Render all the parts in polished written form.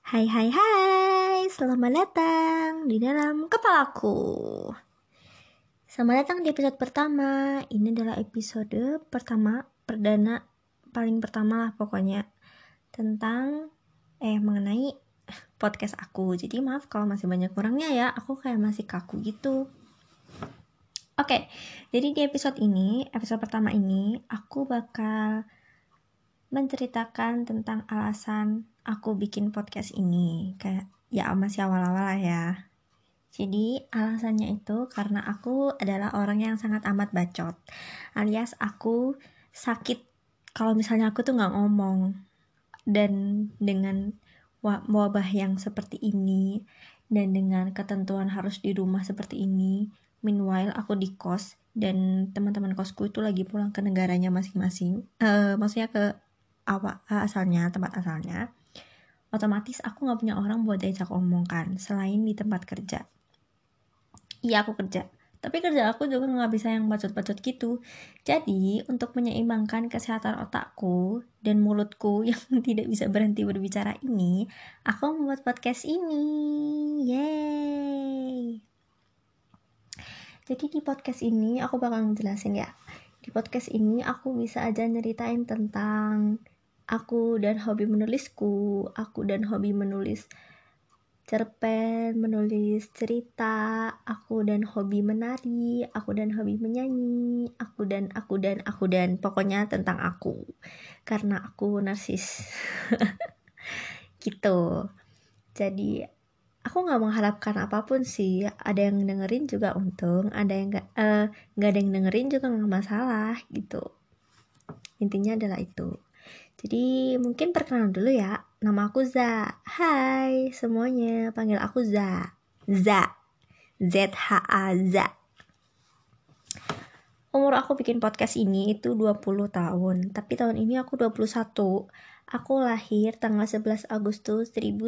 Hai hai hai, selamat datang di dalam kepalaku. Selamat datang di episode pertama. Ini adalah episode pertama, perdana, paling pertama lah pokoknya, tentang mengenai podcast aku. Jadi maaf kalau masih banyak kurangnya ya, aku kayak masih kaku gitu. Oke, jadi di episode pertama ini, aku bakal menceritakan tentang alasan aku bikin podcast ini. Kayak ya masih awal-awal lah ya. Jadi alasannya itu karena aku adalah orang yang sangat amat bacot, alias aku sakit kalau misalnya aku tuh nggak ngomong. Dan dengan wabah yang seperti ini, dan dengan ketentuan harus di rumah seperti ini, meanwhile aku di kos dan teman-teman kosku itu lagi pulang ke negaranya masing-masing, maksudnya ke tempat asalnya, otomatis aku nggak punya orang buat diajak omong kan, selain di tempat kerja. Iya aku kerja, tapi kerja aku juga nggak bisa yang bacot-bacot gitu. Jadi untuk menyeimbangkan kesehatan otakku dan mulutku yang tidak bisa berhenti berbicara ini, aku membuat podcast ini. Yeay. Jadi di podcast ini aku bakal ngejelasin ya. Di podcast ini aku bisa aja nyeritain tentang aku dan hobi menulisku, aku dan hobi menulis cerpen, menulis cerita, aku dan hobi menari, aku dan hobi menyanyi, aku dan pokoknya tentang aku, karena aku narsis. Gitu. Jadi aku nggak mengharapkan apapun sih, ada yang dengerin juga untung, ada yang nggak ada yang dengerin juga nggak masalah gitu. Intinya adalah itu. Jadi mungkin perkenalan dulu ya. Nama aku Za. Hai semuanya, panggil aku Za. Za. Z-H-A-Z. Umur aku bikin podcast ini itu 20 tahun. Tapi tahun ini aku 21. Aku lahir tanggal 11 Agustus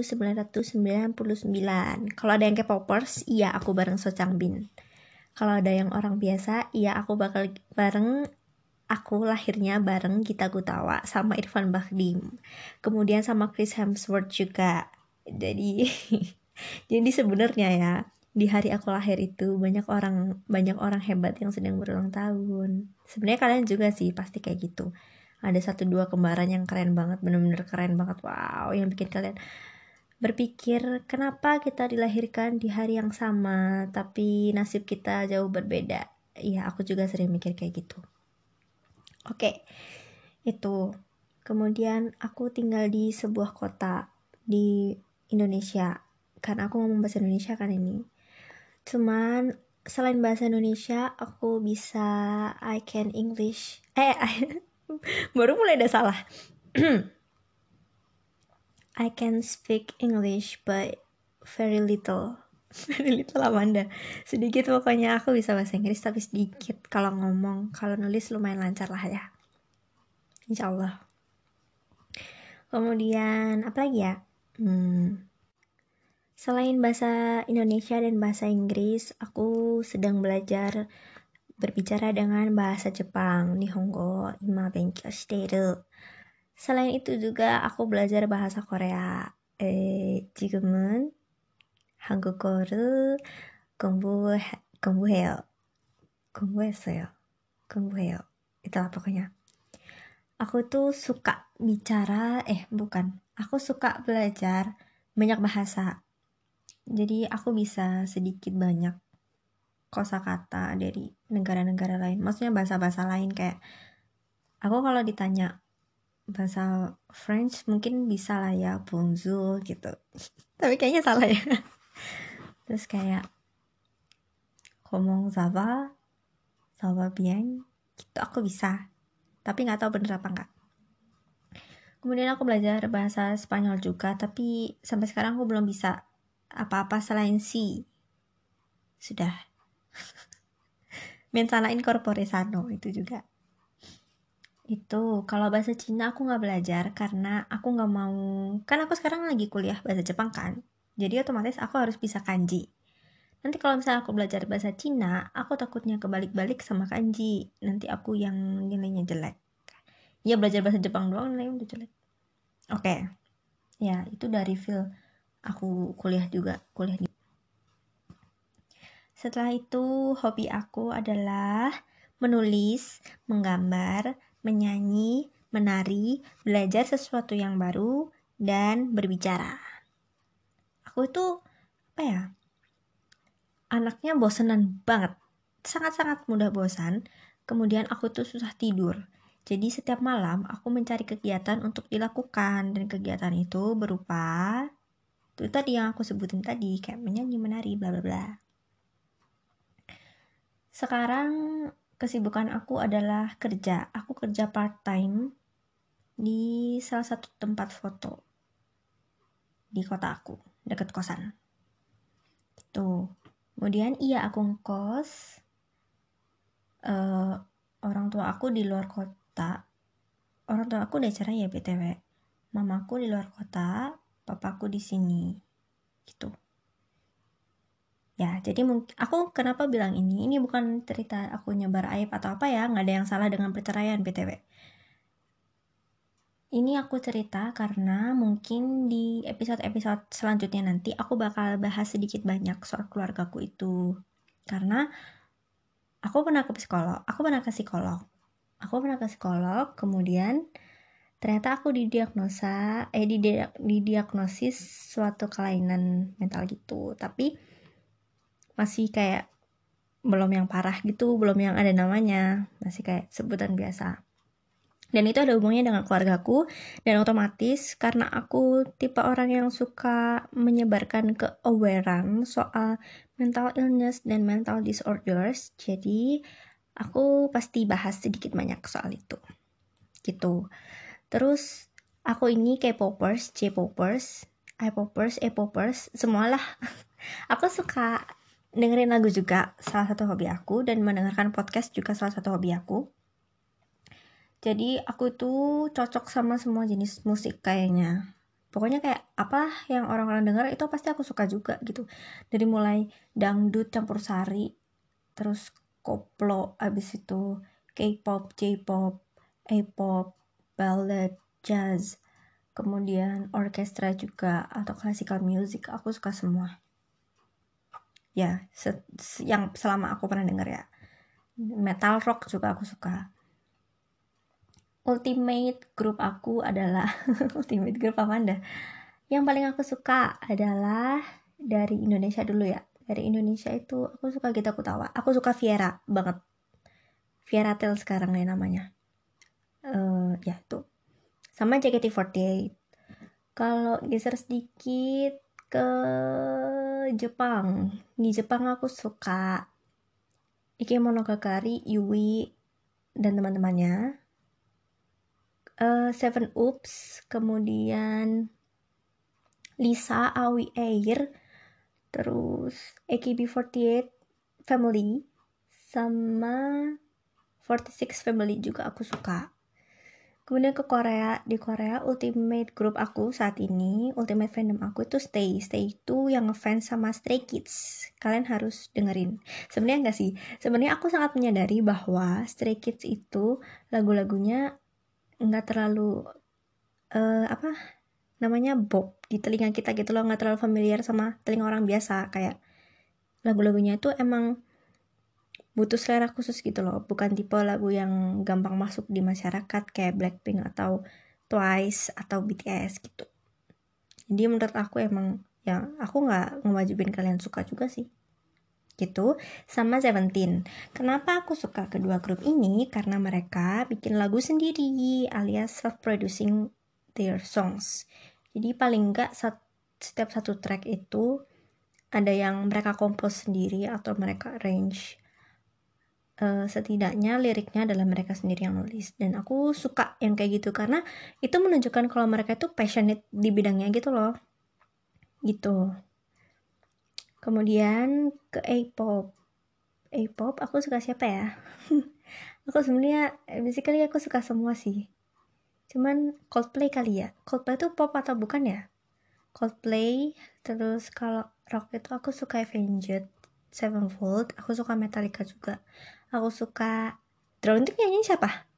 1999. Kalau ada yang K-popers, iya aku bareng So Changbin. Kalau ada yang orang biasa, iya aku bakal bareng. Aku lahirnya bareng Gita Gutawa sama Irfan Bahdim. Kemudian sama Chris Hemsworth juga. Jadi jadi sebenarnya ya, di hari aku lahir itu banyak orang hebat yang sedang berulang tahun. Sebenarnya kalian juga sih pasti kayak gitu. Ada 1-2 kembaran yang keren banget, bener-bener keren banget. Wow, yang bikin kalian berpikir kenapa kita dilahirkan di hari yang sama tapi nasib kita jauh berbeda. Iya, aku juga sering mikir kayak gitu. Oke, itu. Kemudian aku tinggal di sebuah kota di Indonesia. Karena aku ngomong bahasa Indonesia kan ini. Cuman selain bahasa Indonesia, aku bisa I can English. Baru mulai ada salah. I can speak English but very little. Very little Amanda. Sedikit pokoknya aku bisa bahasa Inggris tapi sedikit. Kalau ngomong, kalau nulis lumayan lancar lah ya. Insya Allah. Kemudian apa lagi ya? Selain bahasa Indonesia dan bahasa Inggris, aku sedang belajar berbicara dengan bahasa Jepang. Nihongo ima benkyou shiteiru. Selain itu juga aku belajar bahasa Korea. 지금은 한국어를 공부해요. 공부해요. Itulah pokoknya. Aku tuh suka aku suka belajar banyak bahasa. Jadi aku bisa sedikit banyak kosakata dari negara-negara lain. Maksudnya bahasa-bahasa lain kayak aku kalau ditanya bahasa French mungkin bisa lah ya, bonjour gitu. Tapi kayaknya salah ya. Terus kayak comment ça va bien gitu aku bisa. Tapi nggak tahu bener apa nggak. Kemudian aku belajar bahasa Spanyol juga, tapi sampai sekarang aku belum bisa apa-apa selain si. Sudah. Mensana incorpore sano itu juga. Itu kalau bahasa Cina aku nggak belajar karena aku nggak mau, kan aku sekarang lagi kuliah bahasa Jepang kan, jadi otomatis aku harus bisa kanji. Nanti kalau misalnya aku belajar bahasa Cina, aku takutnya kebalik-balik sama kanji, nanti aku yang nilainya jelek. Ya belajar bahasa Jepang doang nilainya udah jelek. Oke. Ya itu dari feel aku kuliah di. Setelah itu hobi aku adalah menulis, menggambar, menyanyi, menari, belajar sesuatu yang baru, dan berbicara. Aku itu anaknya bosenan banget, sangat-sangat mudah bosan. Kemudian aku tuh susah tidur. Jadi setiap malam aku mencari kegiatan untuk dilakukan, dan kegiatan itu berupa itu tadi yang aku sebutin tadi, kayak menyanyi, menari, bla bla bla. Sekarang kesibukan aku adalah kerja. Aku kerja part-time di salah satu tempat foto di kota aku, dekat kosan. Itu. Kemudian aku ngekos. Orang tua aku di luar kota. Orang tua aku udah cerai ya BTW. Mamaku di luar kota, papaku di sini. Gitu. Ya, jadi aku kenapa bilang ini? Ini bukan cerita aku nyebar aib atau apa ya, nggak ada yang salah dengan perceraian BTW. Ini aku cerita karena mungkin di episode-episode selanjutnya nanti aku bakal bahas sedikit banyak soal keluargaku itu. Karena aku pernah ke psikolog, kemudian ternyata aku didiagnosis suatu kelainan mental gitu. Tapi masih kayak belum yang parah gitu, belum yang ada namanya, masih kayak sebutan biasa. Dan itu ada hubungannya dengan keluargaku, dan otomatis karena aku tipe orang yang suka menyebarkan ke-awarean soal mental illness dan mental disorders, jadi aku pasti bahas sedikit banyak soal itu gitu. Terus aku ini K-popers, J-popers, I-popers, E-popers, semualah. Aku suka dengerin lagu juga, salah satu hobi aku, dan mendengarkan podcast juga salah satu hobi aku. Jadi aku tuh cocok sama semua jenis musik kayaknya. Pokoknya kayak apa yang orang-orang dengar itu pasti aku suka juga gitu. Dari mulai dangdut campur sari, terus koplo, abis itu K-pop, J-pop, A-pop, ballad, jazz, kemudian orkestra juga, atau classical music, aku suka semua. Ya, yang selama aku pernah denger ya. Metal rock juga aku suka. Ultimate group aku adalah ultimate group apa anda? Yang paling aku suka adalah dari Indonesia dulu ya. Dari Indonesia itu aku suka Gita Kutawa. Aku suka Viera banget. Viera Tel sekarang nih namanya. Ya tuh. Sama JKT48. Kalau geser sedikit ke Jepang. Di Jepang aku suka Ikemonogakari, Yui, dan teman-temannya. Seven Oops, kemudian Lisa, Aoi Air, terus AKB48 Family, sama 46 Family juga aku suka. Kemudian ke Korea, di Korea ultimate group aku saat ini, ultimate fandom aku itu Stay. Stay itu yang ngefans sama Stray Kids. Kalian harus dengerin. Sebenarnya enggak sih. Sebenarnya aku sangat menyadari bahwa Stray Kids itu lagu-lagunya enggak terlalu bob di telinga kita gitu loh, nggak terlalu familiar sama telinga orang biasa. Kayak lagu-lagunya itu emang butuh selera khusus gitu loh, bukan tipe lagu yang gampang masuk di masyarakat kayak Blackpink atau Twice atau BTS gitu. Jadi menurut aku emang ya aku nggak ngewajibin kalian suka juga sih gitu. Sama Seventeen. Kenapa aku suka kedua grup ini? Karena mereka bikin lagu sendiri alias self-producing their songs. Jadi paling enggak setiap satu track itu ada yang mereka kompos sendiri atau mereka arrange. Setidaknya liriknya adalah mereka sendiri yang nulis, dan aku suka yang kayak gitu karena itu menunjukkan kalau mereka itu passionate di bidangnya gitu loh gitu. Kemudian ke A-pop aku suka siapa ya? Aku sebenarnya basically aku suka semua sih, cuman Coldplay kali ya. Coldplay itu pop atau bukan ya? Coldplay. Terus kalau rock itu aku suka Avenged Sevenfold, aku suka Metallica juga, aku suka Drone. Itu nyanyi siapa?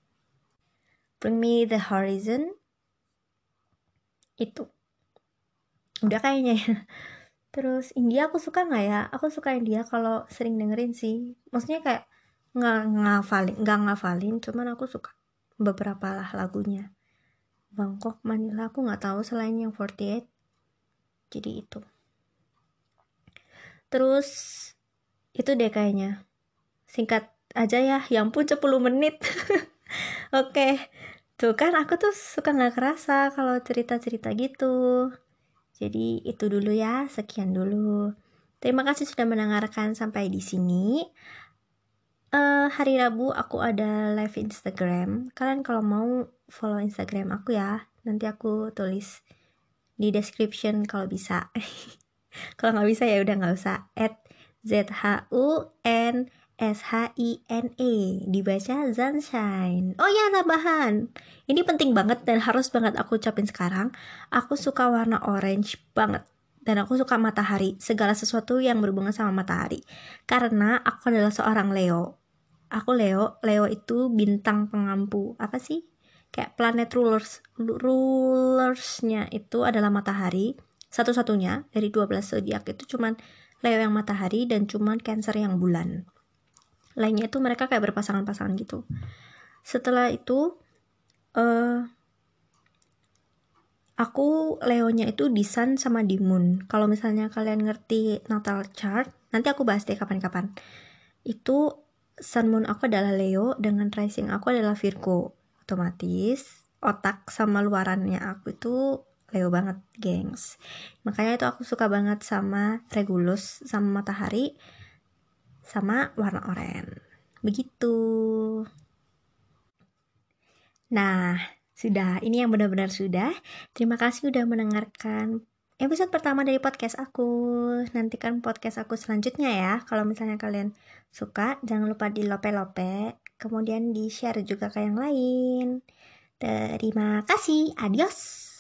Bring Me The Horizon itu. Udah kayaknya ya. Terus India aku suka nggak ya? Aku suka India kalau sering dengerin sih. Maksudnya kayak nggak ngafalin, cuman aku suka beberapa lah lagunya. Bangkok, Manila aku nggak tahu selain yang 48. Jadi itu. Terus itu deh kayaknya. Singkat aja ya. Ya ampun 10 menit. Oke. Tuh kan aku tuh suka nggak kerasa kalau cerita-cerita gitu. Jadi itu dulu ya, sekian dulu. Terima kasih sudah mendengarkan sampai di sini. Hari Rabu aku ada live Instagram. Kalian kalau mau follow Instagram aku ya. Nanti aku tulis di description kalau bisa. Kalau nggak bisa ya udah nggak usah. @ZHUNSHINE dibaca Sunshine. Oh ya, tambahan. Ini penting banget dan harus banget aku ucapin sekarang. Aku suka warna orange banget. Dan aku suka matahari, segala sesuatu yang berhubungan sama matahari. Karena aku adalah seorang Leo. Aku Leo itu bintang pengampu. Apa sih? Kayak planet rulersnya itu adalah matahari. Satu-satunya dari 12 zodiak itu cuman Leo yang matahari dan cuman Cancer yang bulan. Lainnya itu mereka kayak berpasangan-pasangan gitu. Setelah itu aku Leonya itu di Sun sama di Moon. Kalau misalnya kalian ngerti natal chart, nanti aku bahas deh kapan-kapan. Itu Sun Moon aku adalah Leo dengan rising aku adalah Virgo. Otomatis otak sama luarannya aku itu Leo banget, gengs. Makanya itu aku suka banget sama Regulus, sama matahari, sama warna oranye. Begitu. Nah, sudah. Ini yang benar-benar sudah. Terima kasih udah mendengarkan episode pertama dari podcast aku. Nantikan podcast aku selanjutnya ya. Kalau misalnya kalian suka, jangan lupa di lope-lope. Kemudian di-share juga ke yang lain. Terima kasih. Adios.